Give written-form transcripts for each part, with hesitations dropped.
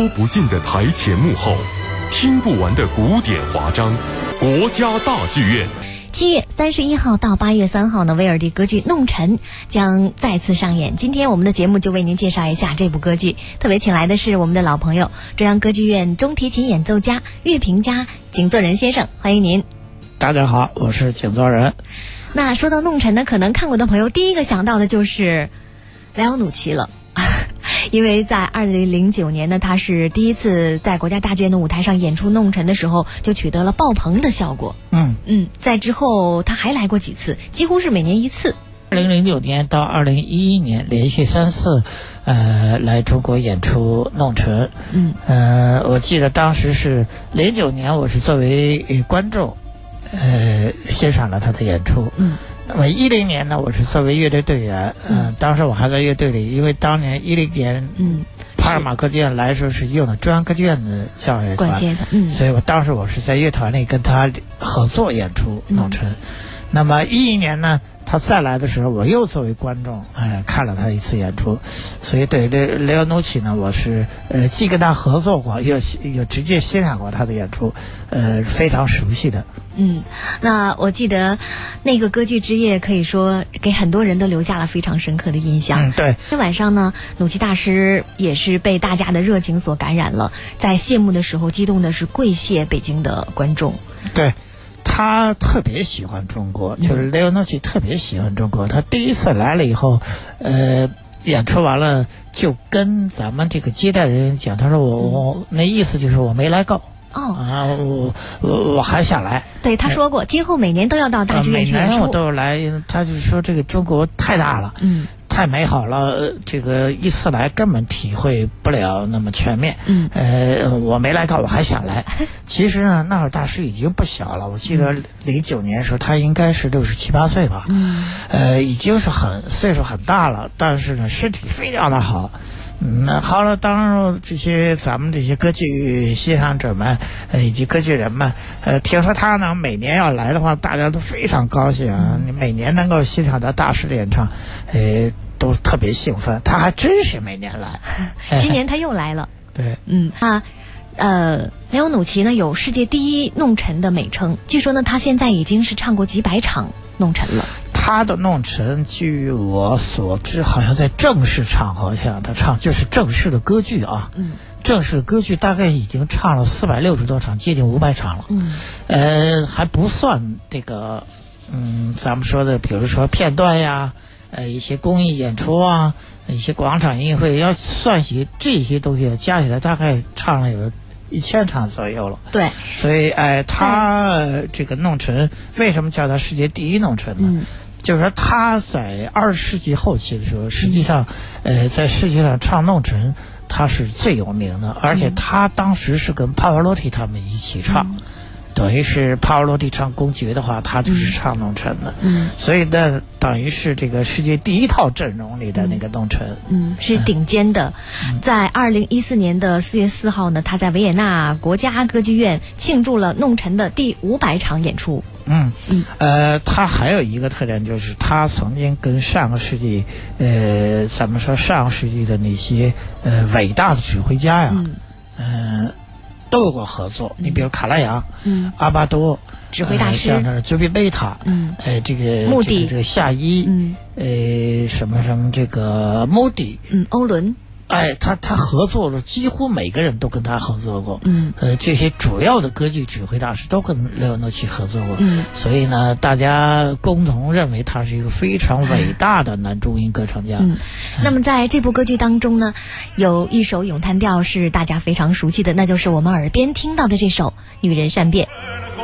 说不尽的台前幕后，听不完的古典华章，国家大剧院。 7月31号到8月3号呢，威尔第歌剧《弄臣》将再次上演。今天我们的节目就为您介绍一下这部歌剧，特别请来的是我们的老朋友，中央歌剧院中提琴演奏家、乐评家景作人先生，欢迎您。 大家好，我是景作人。 那说到《弄臣》呢，可能看过的朋友第一个想到的就是莱奥努奇了。因为在2009年呢，他是第一次在国家大剧院的舞台上演出《弄臣》的时候，就取得了爆棚的效果。在之后他还来过几次，几乎是每年一次。 2009年到2011年连续3次，来中国演出《弄臣》。我记得当时是09年，我是作为观众，欣赏了他的演出。那么10年呢，我是作为乐队队员，当时我还在乐队里，因为当年10年，帕尔马歌剧院来的时候是用的中央歌剧院的教乐团，所以我当时我是在乐团里跟他合作演出《弄臣》。那么11年呢，他再来的时候，我又作为观众，看了他一次演出，所以对雷奥努奇呢，我是既跟他合作过，又直接欣赏过他的演出，非常熟悉的。 那我记得那个歌剧之夜可以说给很多人都留下了非常深刻的印象。 对。 那晚上呢，努奇大师也是被大家的热情所感染了，在谢幕的时候激动的是跪谢北京的观众。 对。他特别喜欢中国，就是雷奥努奇特别喜欢中国。他第一次来了以后，演出完了就跟咱们这个接待人员讲，他说我那意思就是我没来够。我还想来。对， 他说过，今后每年都要到大剧院去演出。 每年我都要来，他就是说这个中国太大了，太美好了，这个一次来根本体会不了那么全面。我没来够，我还想来。其实呢，那会儿大师已经不小了，我记得09年的时候，他应该是67、8岁吧。已经是岁数很大了，但是呢，身体非常的好。好了，当然这些咱们这些歌剧欣赏者们，以及歌剧人们，听说他呢每年要来的话，大家都非常高兴。你每年能够欣赏到大师的演唱，都特别兴奋。他还真是每年来。 今年他又来了。 对。 雷奥努奇呢有世界第一弄臣的美称，据说呢他现在已经是唱过几百场弄臣了。 他的弄臣，据我所知，好像在正式场合下他唱，就是正式的歌剧啊。正式歌剧大概已经唱了460多场，接近500场了。还不算这个，咱们说的，比如说片段呀，一些公益演出啊，一些广场音乐会，要算起这些东西加起来，大概唱了有1000场左右了。 对。所以他这个弄臣为什么叫他世界第一弄臣呢？就是说他在20世纪后期的时候，实际上在世界上唱弄臣他是最有名的，而且他当时是跟帕瓦罗蒂他们一起唱。等于是帕瓦罗蒂唱公爵的话，他就是唱弄臣的。所以呢，等于是这个世界第一套阵容里的那个弄臣。 是顶尖的。在2014年的4月4号呢，他在维也纳国家歌剧院庆祝了弄臣的第500场演出。 他还有一个特点，就是他曾经跟上个世纪，咱们说上个世纪的那些伟大的指挥家呀，都有过合作。你比如卡拉扬、阿巴多指挥大师， 像这朱比贝塔，这个穆迪， 这个夏伊，什么这个穆迪， 欧伦。 他合作了，几乎每个人都跟他合作过。这些主要的歌剧指挥大师都跟雷奥努奇合作过。所以呢，大家共同认为他是一个非常伟大的男中音歌唱家。 那么在这部歌剧当中呢，有一首咏叹调是大家非常熟悉的，那就是我们耳边听到的这首《女人善变》。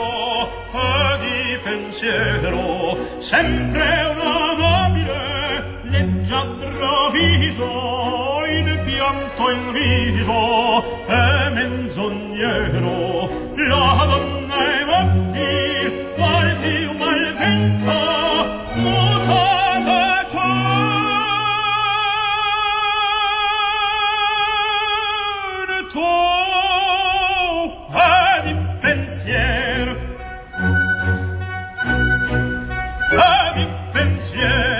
in viso è menzognero la donna è matti mal più mal vento mutata ciò tuo è di pensiero è di pensiero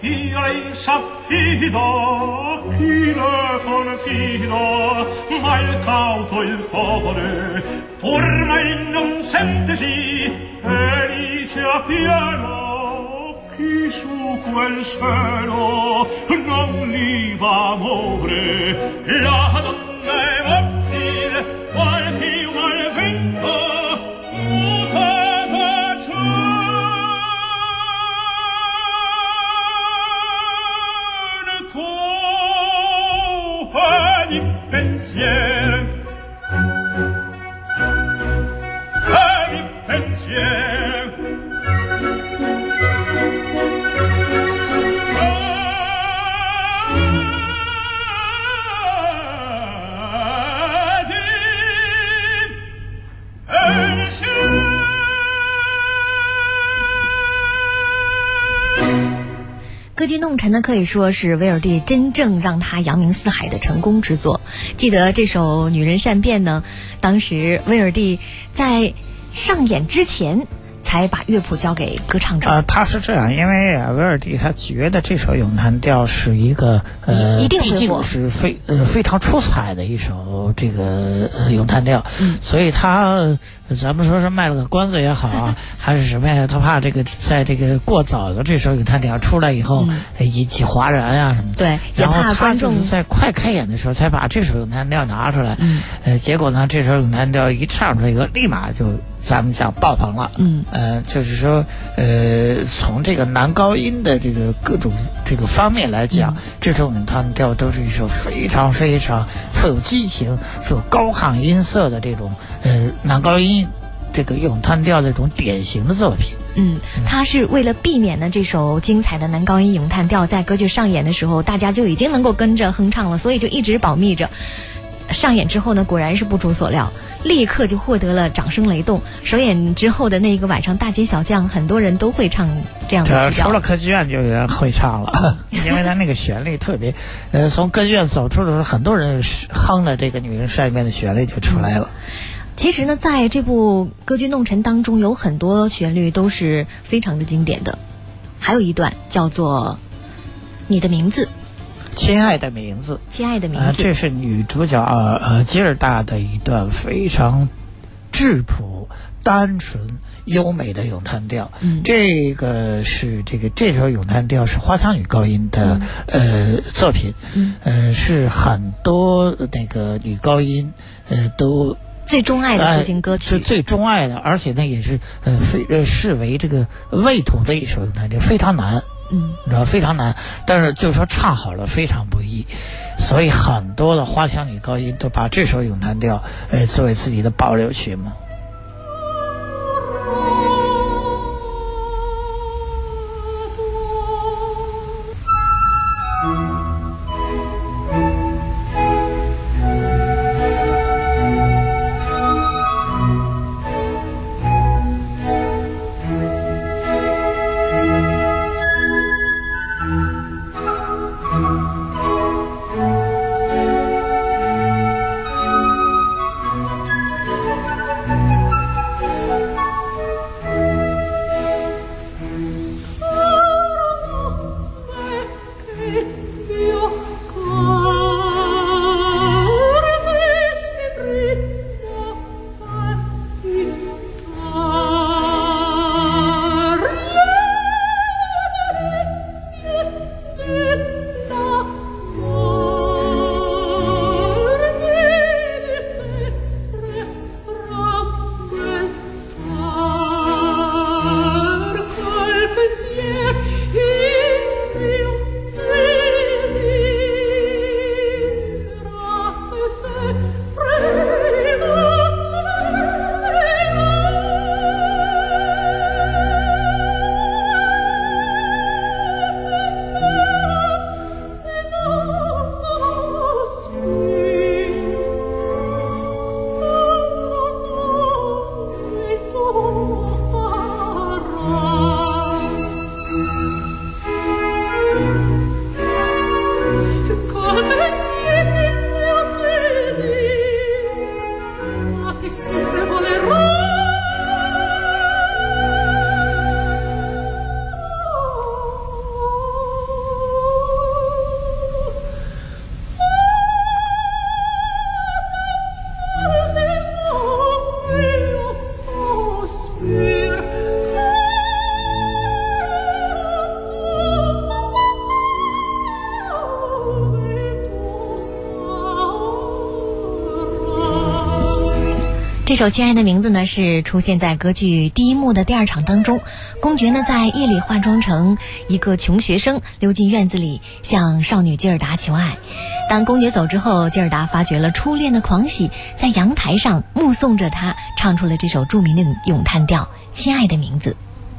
chi lei s'affida, chi le confida, ma il cauto il cuore pur mai non sente sì felice a pieno chi su quel seno non li va amore la donna è mobile qual più mal vento mutata cielo tu di pensiero 歌剧弄臣呢，可以说是威尔第真正让他扬名四海的成功之作。记得这首《女人善变》呢，当时威尔第在上演之前才把乐谱交给歌唱者。 他是这样，因为威尔第他觉得这首咏叹调是一个一定会毕竟是非常出彩的一首这个咏叹调，所以他咱们说是卖了个关子也好啊，还是什么呀？他怕这个在这个过早的这首咏叹调出来以后，引起哗然啊什么的。 对， 然后他也怕观众就是在快开演的时候才把这首咏叹调拿出来。结果呢，这首咏叹调一唱出来以后，立马就咱们讲爆棚了。就是说，从这个男高音的这个各种这个方面来讲，这首咏叹调都是一首非常非常富有激情、富有高亢音色的这种男高音这个咏叹调的这种典型的作品。 他是为了避免呢这首精彩的男高音咏叹调在歌剧上演的时候，大家就已经能够跟着哼唱了，所以就一直保密着。上演之后呢，果然是不出所料，立刻就获得了掌声雷动。首演之后的那一个晚上，大街小巷很多人都会唱这样的曲调。 除了歌剧院就有人会唱了，因为他那个旋律特别，从歌剧院走出的时候，很多人哼了这个《女人善变》的旋律就出来了。 其实呢，在这部歌剧弄臣当中，有很多旋律都是非常的经典的，还有一段叫做《你的名字》。 亲爱的名字， 亲爱的名字， 这是女主角吉尔达的一段非常质朴、单纯、优美的咏叹调。这个是这首咏叹调是花腔女高音的作品，是很多那个女高音都最钟爱的抒情歌曲， 是最钟爱的，而且呢也是视为这个畏途的一首咏叹调，非常难。你知道非常难，但是就是说唱好了非常不易，所以很多的花腔女高音都把这首咏叹调作为自己的保留曲目。 这首《亲爱的名字》呢，是出现在歌剧第一幕的第2场当中。公爵呢，在夜里化妆成一个穷学生，溜进院子里向少女吉尔达求爱。当公爵走之后，吉尔达发觉了初恋的狂喜，在阳台上目送着他，唱出了这首著名的咏叹调《亲爱的名字》。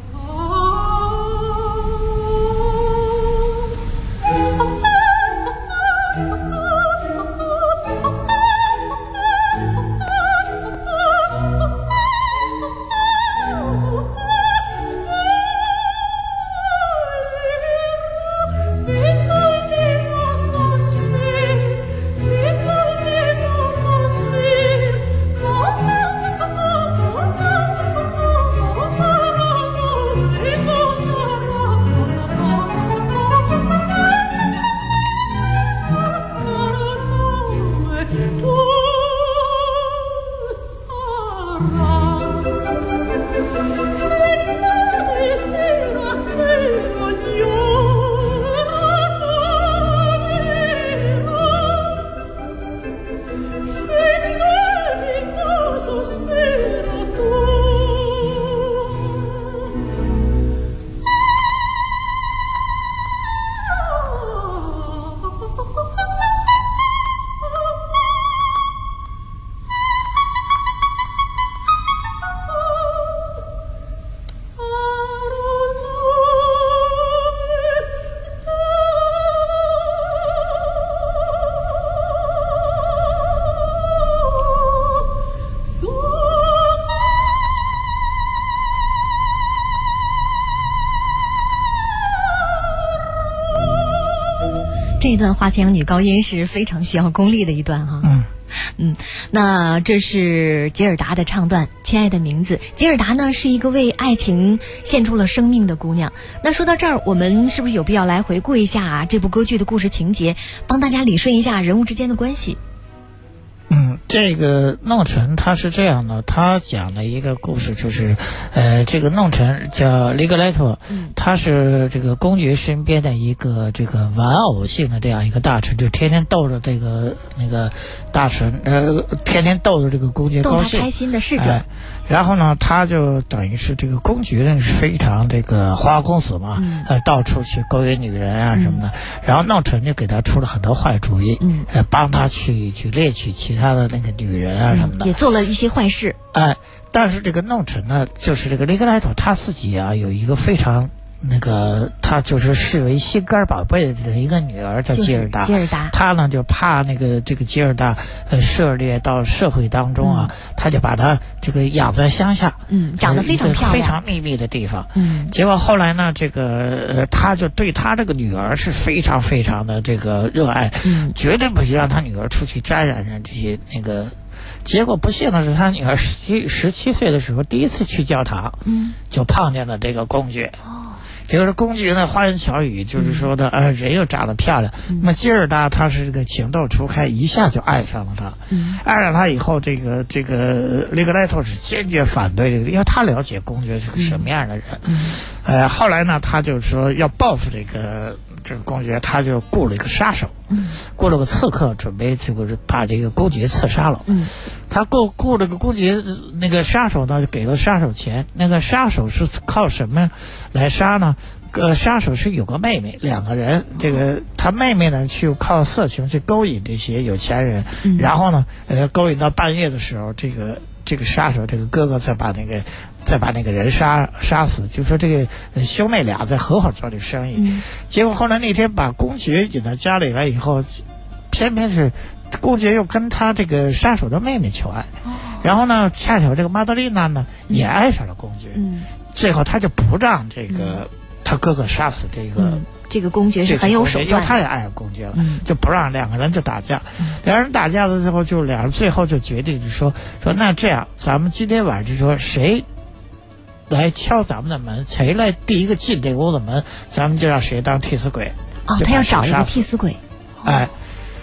这一段花腔女高音是非常需要功力的一段哈。那这是吉尔达的唱段《亲爱的名字》。吉尔达呢是一个为爱情献出了生命的姑娘。那说到这儿，我们是不是有必要来回顾一下这部歌剧的故事情节，帮大家理顺一下人物之间的关系？ 这个弄臣他是这样的，他讲了一个故事，就是这个弄臣叫利格莱托，他是这个公爵身边的一个这个玩偶性的这样一个大臣，就天天逗着这个那个大臣天天逗着这个公爵高兴， 逗他开心的侍者。 然后呢，他就等于是这个公爵呢是非常这个花花公子嘛，到处去勾引女人啊什么的。然后弄臣就给他出了很多坏主意，帮他去猎取其他的那个女人啊什么的， 也做了一些坏事。 但是这个弄臣呢，就是这个利格莱托他自己啊有一个非常那个，他就是视为心肝宝贝的一个女儿叫吉尔达。他呢就怕这个吉尔达涉猎到社会当中啊，他就把她这个养在乡下， 长得非常漂亮， 非常秘密的地方。结果后来呢，这个他就对他这个女儿是非常非常的这个热爱，绝对不许让他女儿出去沾染上这些那个。结果不幸的是，他女儿17岁的时候第一次去教堂，就碰见了这个公爵。结果公爵呢花言巧语，就是说的人又长得漂亮。那么吉尔达他是这个情窦初开，一下就爱上了他。爱上他以后，这个利格莱托是坚决反对这个，因为他了解公爵是个什么样的人。后来呢，他就说要报复这个公爵，他就雇了一个杀手，雇了个刺客，准备这个把这个公爵刺杀了。他雇了个公爵，那个杀手呢就给了杀手钱。那个杀手是靠什么来杀呢？杀手是有个妹妹，两个人，这个他妹妹呢去靠色情去勾引这些有钱人，然后呢勾引到半夜的时候，这个杀手这个哥哥再把那个人杀死，就说这个兄妹俩在合伙做这个生意。结果后来那天把公爵引到家里来以后，偏偏是公爵又跟他这个杀手的妹妹求爱，然后呢恰巧这个玛德丽娜呢也爱上了公爵，最后他就不让这个他哥哥杀死这个公爵是很有手段， 因为他也爱上公爵了，就不让，两个人就打架。两人打架的时候，两人最后就决定就说那这样，咱们今天晚上就说谁来敲咱们的门，谁来第一个进这屋的门，咱们就让谁当替死鬼。 他要找一个替死鬼。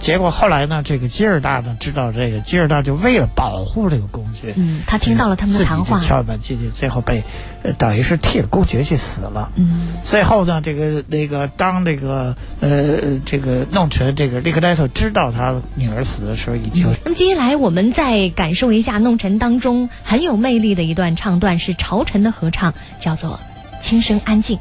结果后来呢，这个吉尔大呢知道这个，吉尔大就为了保护这个公爵， 他听到了他们的谈话， 自己就敲门进去，最后被等于是替了公爵去死了。最后呢，当这个弄臣这个利克莱特知道他女儿死的时候，已经。 那么接下来我们再感受一下弄臣当中很有魅力的一段唱段，是朝臣的合唱，叫做《轻声安静》。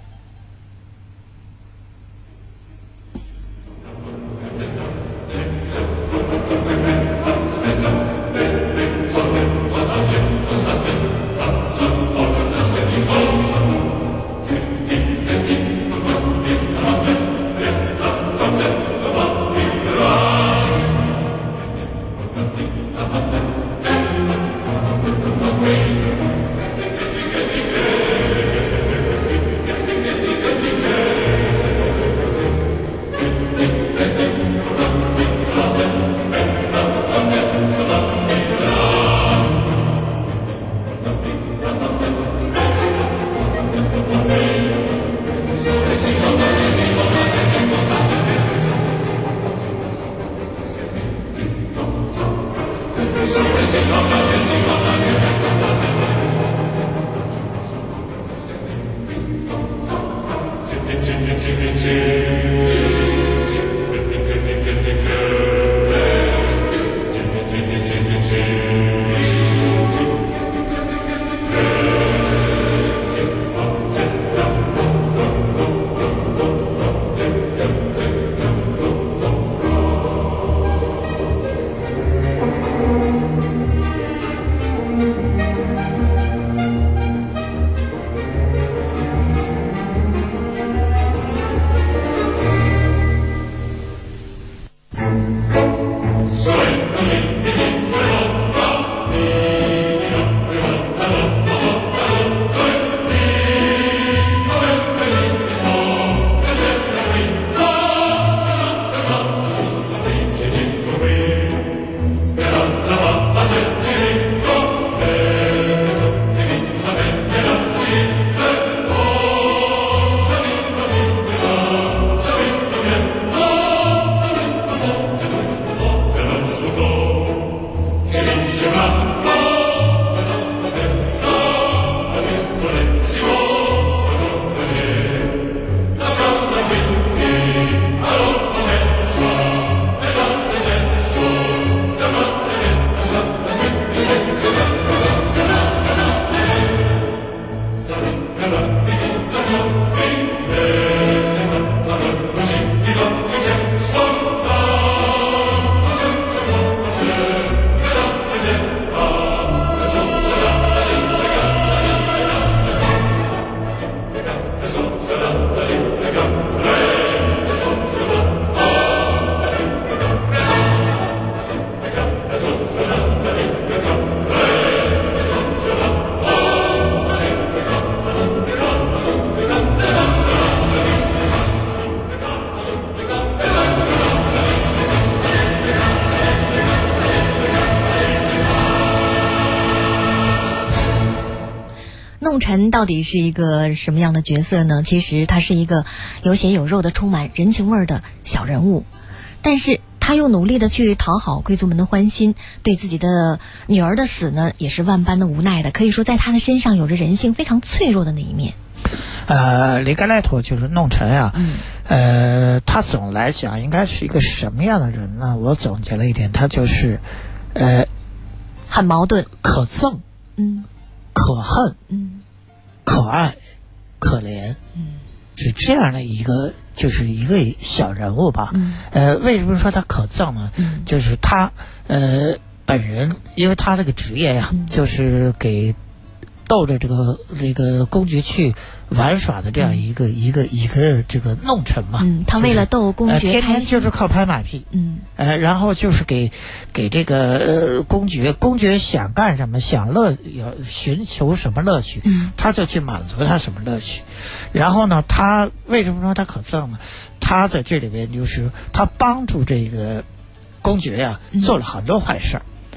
弄臣到底是一个什么样的角色呢？其实他是一个有血有肉的、充满人情味的小人物，但是他又努力的去讨好贵族们的欢心，对自己的女儿的死呢，也是万般的无奈的。可以说，在他的身上有着人性非常脆弱的那一面。 里格莱托就是弄臣啊，他总来讲应该是一个什么样的人呢？我总结了一点，他就是很矛盾， 可憎，可恨，可爱，可怜，是这样的一个，就是一个小人物吧。为什么说他可憎呢？就是他本人，因为他这个职业呀，就是给逗着这个公爵去玩耍的这样一个这个弄臣嘛。 他为了逗公爵天天就是靠拍马屁。然后就是给这个公爵想干什么，寻求什么乐趣，他就去满足他什么乐趣。然后呢，他为什么说他可憎呢？他在这里边就是他帮助这个公爵呀做了很多坏事儿。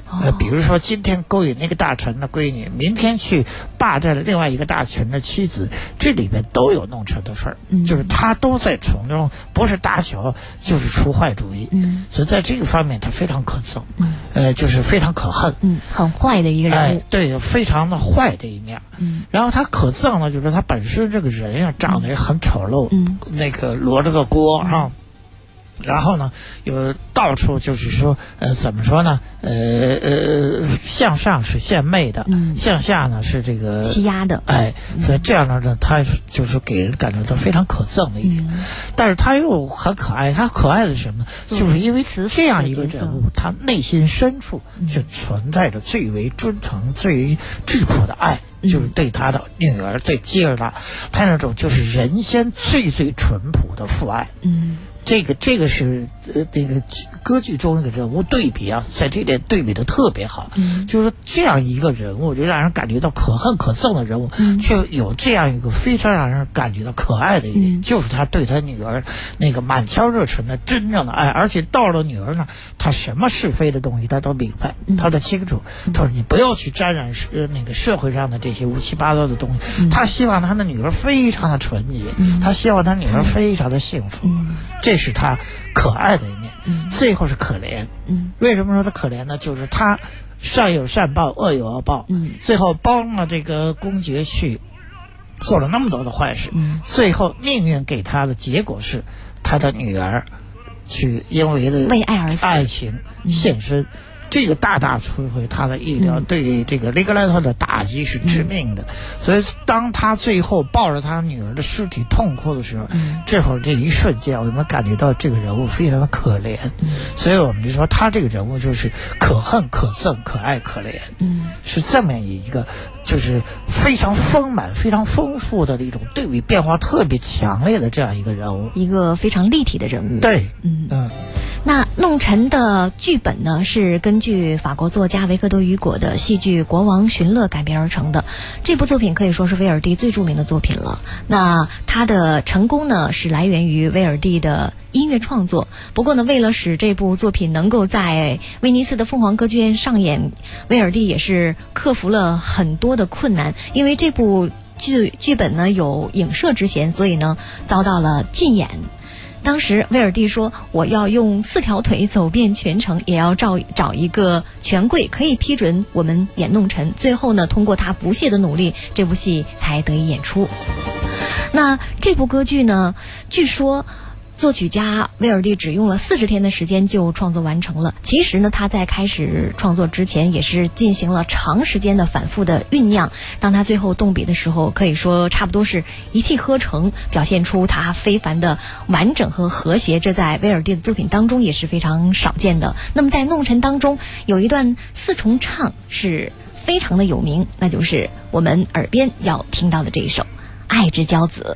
比如说今天勾引那个大臣的闺女，明天去霸占了另外一个大臣的妻子，这里边都有弄臣的事儿，就是他都在从中，不是搭桥就是出坏主意，所以在这个方面他非常可憎，就是非常可恨， 很坏的一个人物， 对，非常的坏的一面，然后他可憎呢，就是他本身这个人呀长得也很丑陋，那个罗着个锅啊。然后呢，有到处就是说，怎么说呢？向上是献媚的，向下呢是这个欺压的， 所以这样呢，他就是给人感觉到非常可憎的一点。但是他又很可爱，他可爱的是什么？就是因为这样一个人物，他内心深处却存在着最为真诚、最为质朴的爱。就是对他的女儿，最接着他那种就是人间最最淳朴的父爱。这个是那个歌剧中那个人物对比啊，在这点对比的特别好。就是这样一个人物，就让人感觉到可恨可憎的人物，却有这样一个非常让人感觉到可爱的一点，就是他对他女儿那个满腔热忱的真正的爱。而且到了女儿呢，他什么是非的东西他都明白，他都清楚。他说你不要去沾染那个社会上的这些乌七八糟的东西。他希望他的女儿非常的纯洁，他希望他女儿非常的幸福。这是他可爱的一面。最后是可怜。为什么说他可怜呢？就是他善有善报，恶有恶报。最后帮了这个公爵去做了那么多的坏事，最后命运给他的结果是他的女儿去因为的为爱而死， 爱情献身。这个大大出乎他的意料，对这个雷格莱特的打击是致命的。所以当他最后抱着他女儿的尸体痛哭的时候，这会儿这一瞬间我们感觉到这个人物非常的可怜。所以我们就说他这个人物就是可恨可憎可爱可怜，是这么一个就是非常丰满非常丰富的一种对比变化特别强烈的这样一个人物， 一个非常立体的人物。 对， 那弄臣的剧本呢，是根据法国作家维克多·雨果的戏剧《国王寻乐》改编而成的。这部作品可以说是威尔第最著名的作品了。那他的成功呢，是来源于威尔第的音乐创作。不过呢，为了使这部作品能够在威尼斯的凤凰歌剧院上演，威尔第也是克服了很多的困难。因为这部剧本呢有影射之嫌，所以呢遭到了禁演。当时威尔第说，我要用4条腿走遍全城，也要找一个权贵可以批准我们演弄臣。最后呢，通过他不懈的努力，这部戏才得以演出。那这部歌剧呢，据说作曲家威尔第只用了40天的时间就创作完成了。其实呢，他在开始创作之前也是进行了长时间的反复的酝酿。当他最后动笔的时候，可以说差不多是一气呵成，表现出他非凡的完整和和谐。这在威尔第的作品当中也是非常少见的。那么在弄臣当中有一段4重唱是非常的有名，那就是我们耳边要听到的这一首《爱之骄子》。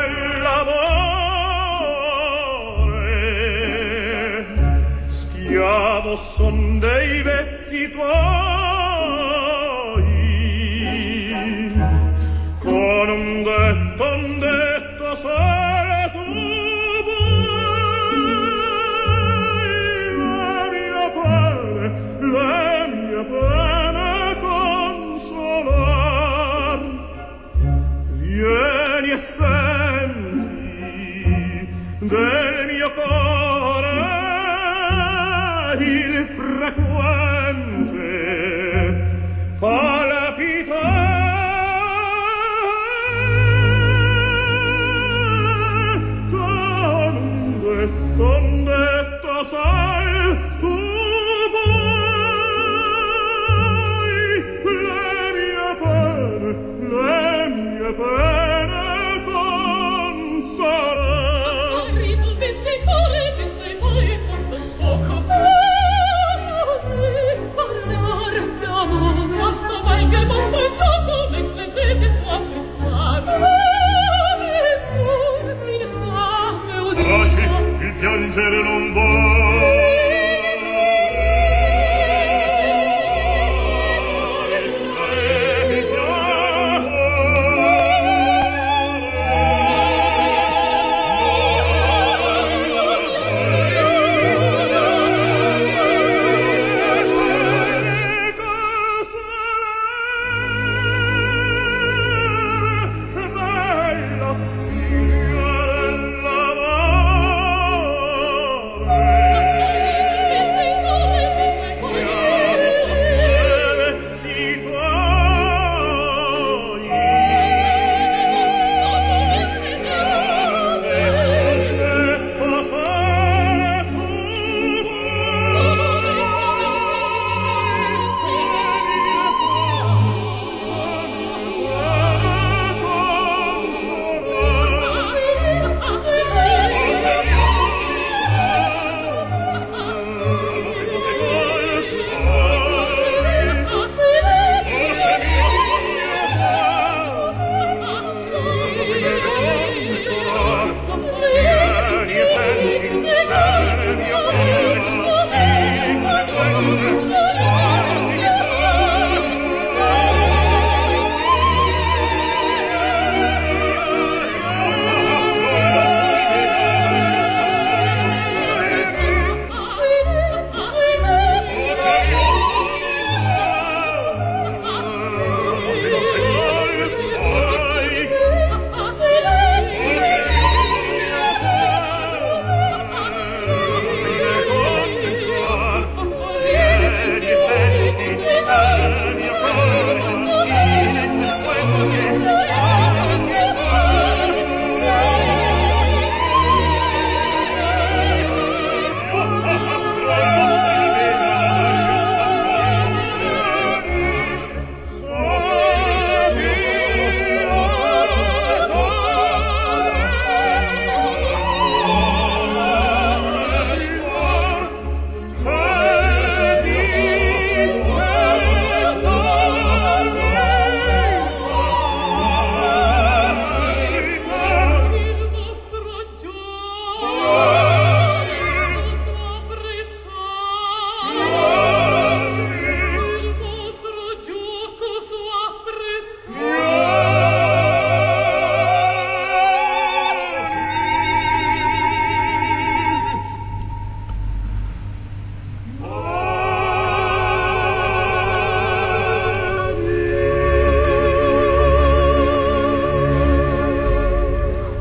Schiavo son dei vezzi tuoi, con un detto solo tu vuoi la mia pena consolar. Vieni e senti del mio cuore il frequente palpitar con un detto sai tu vuoi la mia pena consolar. Arrivo, vente poi posto poco. Il piangere non vuoi.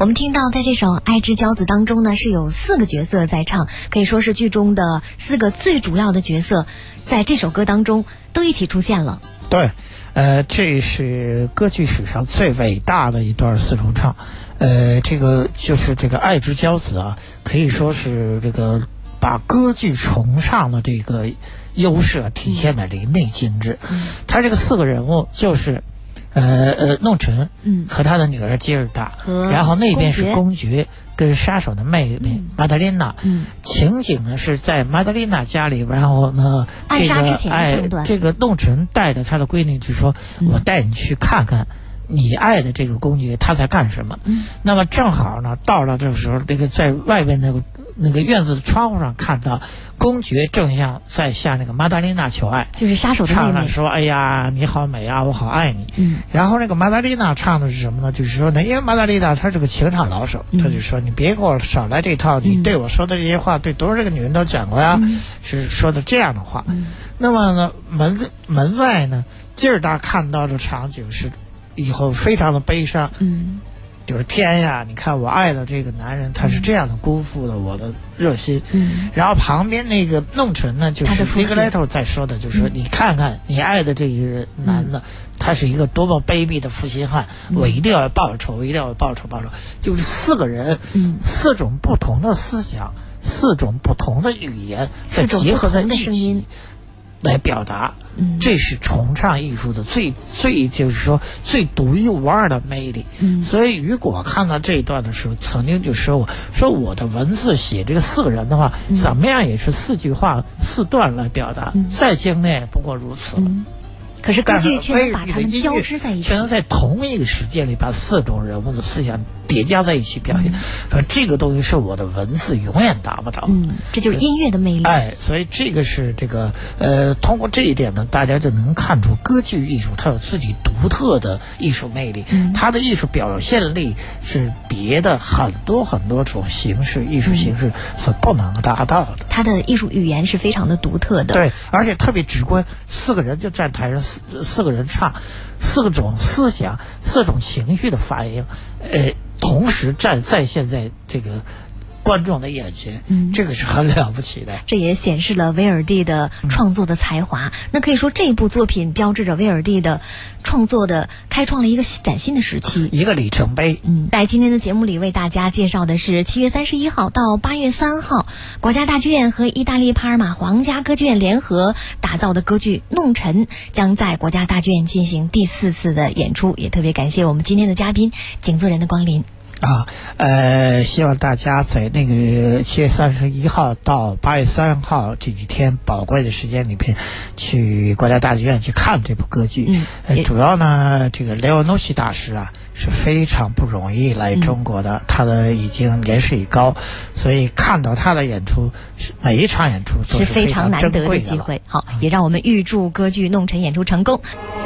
我们听到在这首《爱之骄子》当中呢，是有4个角色在唱，可以说是剧中的4个最主要的角色，在这首歌当中都一起出现了。 对，这是歌剧史上最伟大的一段4重唱。这个就是这个《爱之骄子》啊，可以说是这个把歌剧重唱的这个优势体现的淋漓尽致。他这个4个人物就是弄臣和他的女儿吉尔达，然后那边是公爵跟杀手的妹妹玛达琳娜。情景呢是在玛达琳娜家里，然后呢这个弄臣带着他的闺女就说，我带你去看看你爱的这个公爵他在干什么。那么正好呢到了这个时候，那个在外面那个院子的窗户上看到公爵正在向那个玛达琳娜求爱， 就是杀手的妹妹， 唱了说，哎呀你好美啊，我好爱你。然后那个玛达琳娜唱的是什么呢？就是说呢，因为玛达琳娜她是个情场老手，她就说你别给我少来这套，你对我说的这些话对多少这个女人都讲过呀，是说的这样的话。那么呢门外呢，吉尔达看到的场景是以后非常的悲伤。就是天呀，你看我爱的这个男人他是这样的辜负了我的热心。然后旁边那个弄臣呢，就是利格莱头在说的，就是说你看看你爱的这个男的，他是一个多么卑鄙的负心汉，我一定要报仇，我一定要报仇。就是4个人，4种不同的思想，4种不同的语言再结合在一起来表达。这是重唱艺术的最就是说最独一无二的魅力。所以雨果看到这一段的时候，曾经就说我的文字写这个4个人的话，怎么样也是4句话4段来表达，再精炼也不过如此了。 可是歌剧却能把它们交织在一起， 却能在同一个时间里把4种人物的思想叠加在一起表现。这个东西是我的文字永远达不到。 这就是音乐的魅力。 所以这个是这个通过这一点呢，大家就能看出歌剧艺术它有自己独特的艺术魅力。它的艺术表现力是别的很多种形式艺术形式所不能达到的。 它的艺术语言是非常的独特的。 对，而且特别直观，4个人就站台上，4个人唱，4种思想，4种情绪的反应，同时再现在这个观众的眼前，这个是很了不起的。 这也显示了威尔第的创作的才华。那可以说这部作品标志着威尔第的创作的开创了一个崭新的时期， 一个里程碑。 在今天的节目里为大家介绍的是7月31号到8月3号，国家大剧院和意大利帕尔马皇家歌剧院联合打造的歌剧《弄臣》将在国家大剧院进行第4次的演出。也特别感谢我们今天的嘉宾景作人的光临。 希望大家在那个7月31号到8月3号这几天宝贵的时间里边，去国家大剧院去看这部歌剧。主要呢，这个雷欧诺西大师啊是非常不容易来中国的，他的已经年事已高，所以看到他的演出，每一场演出都是非常珍贵的机会。 好，也让我们预祝歌剧《弄臣》演出成功。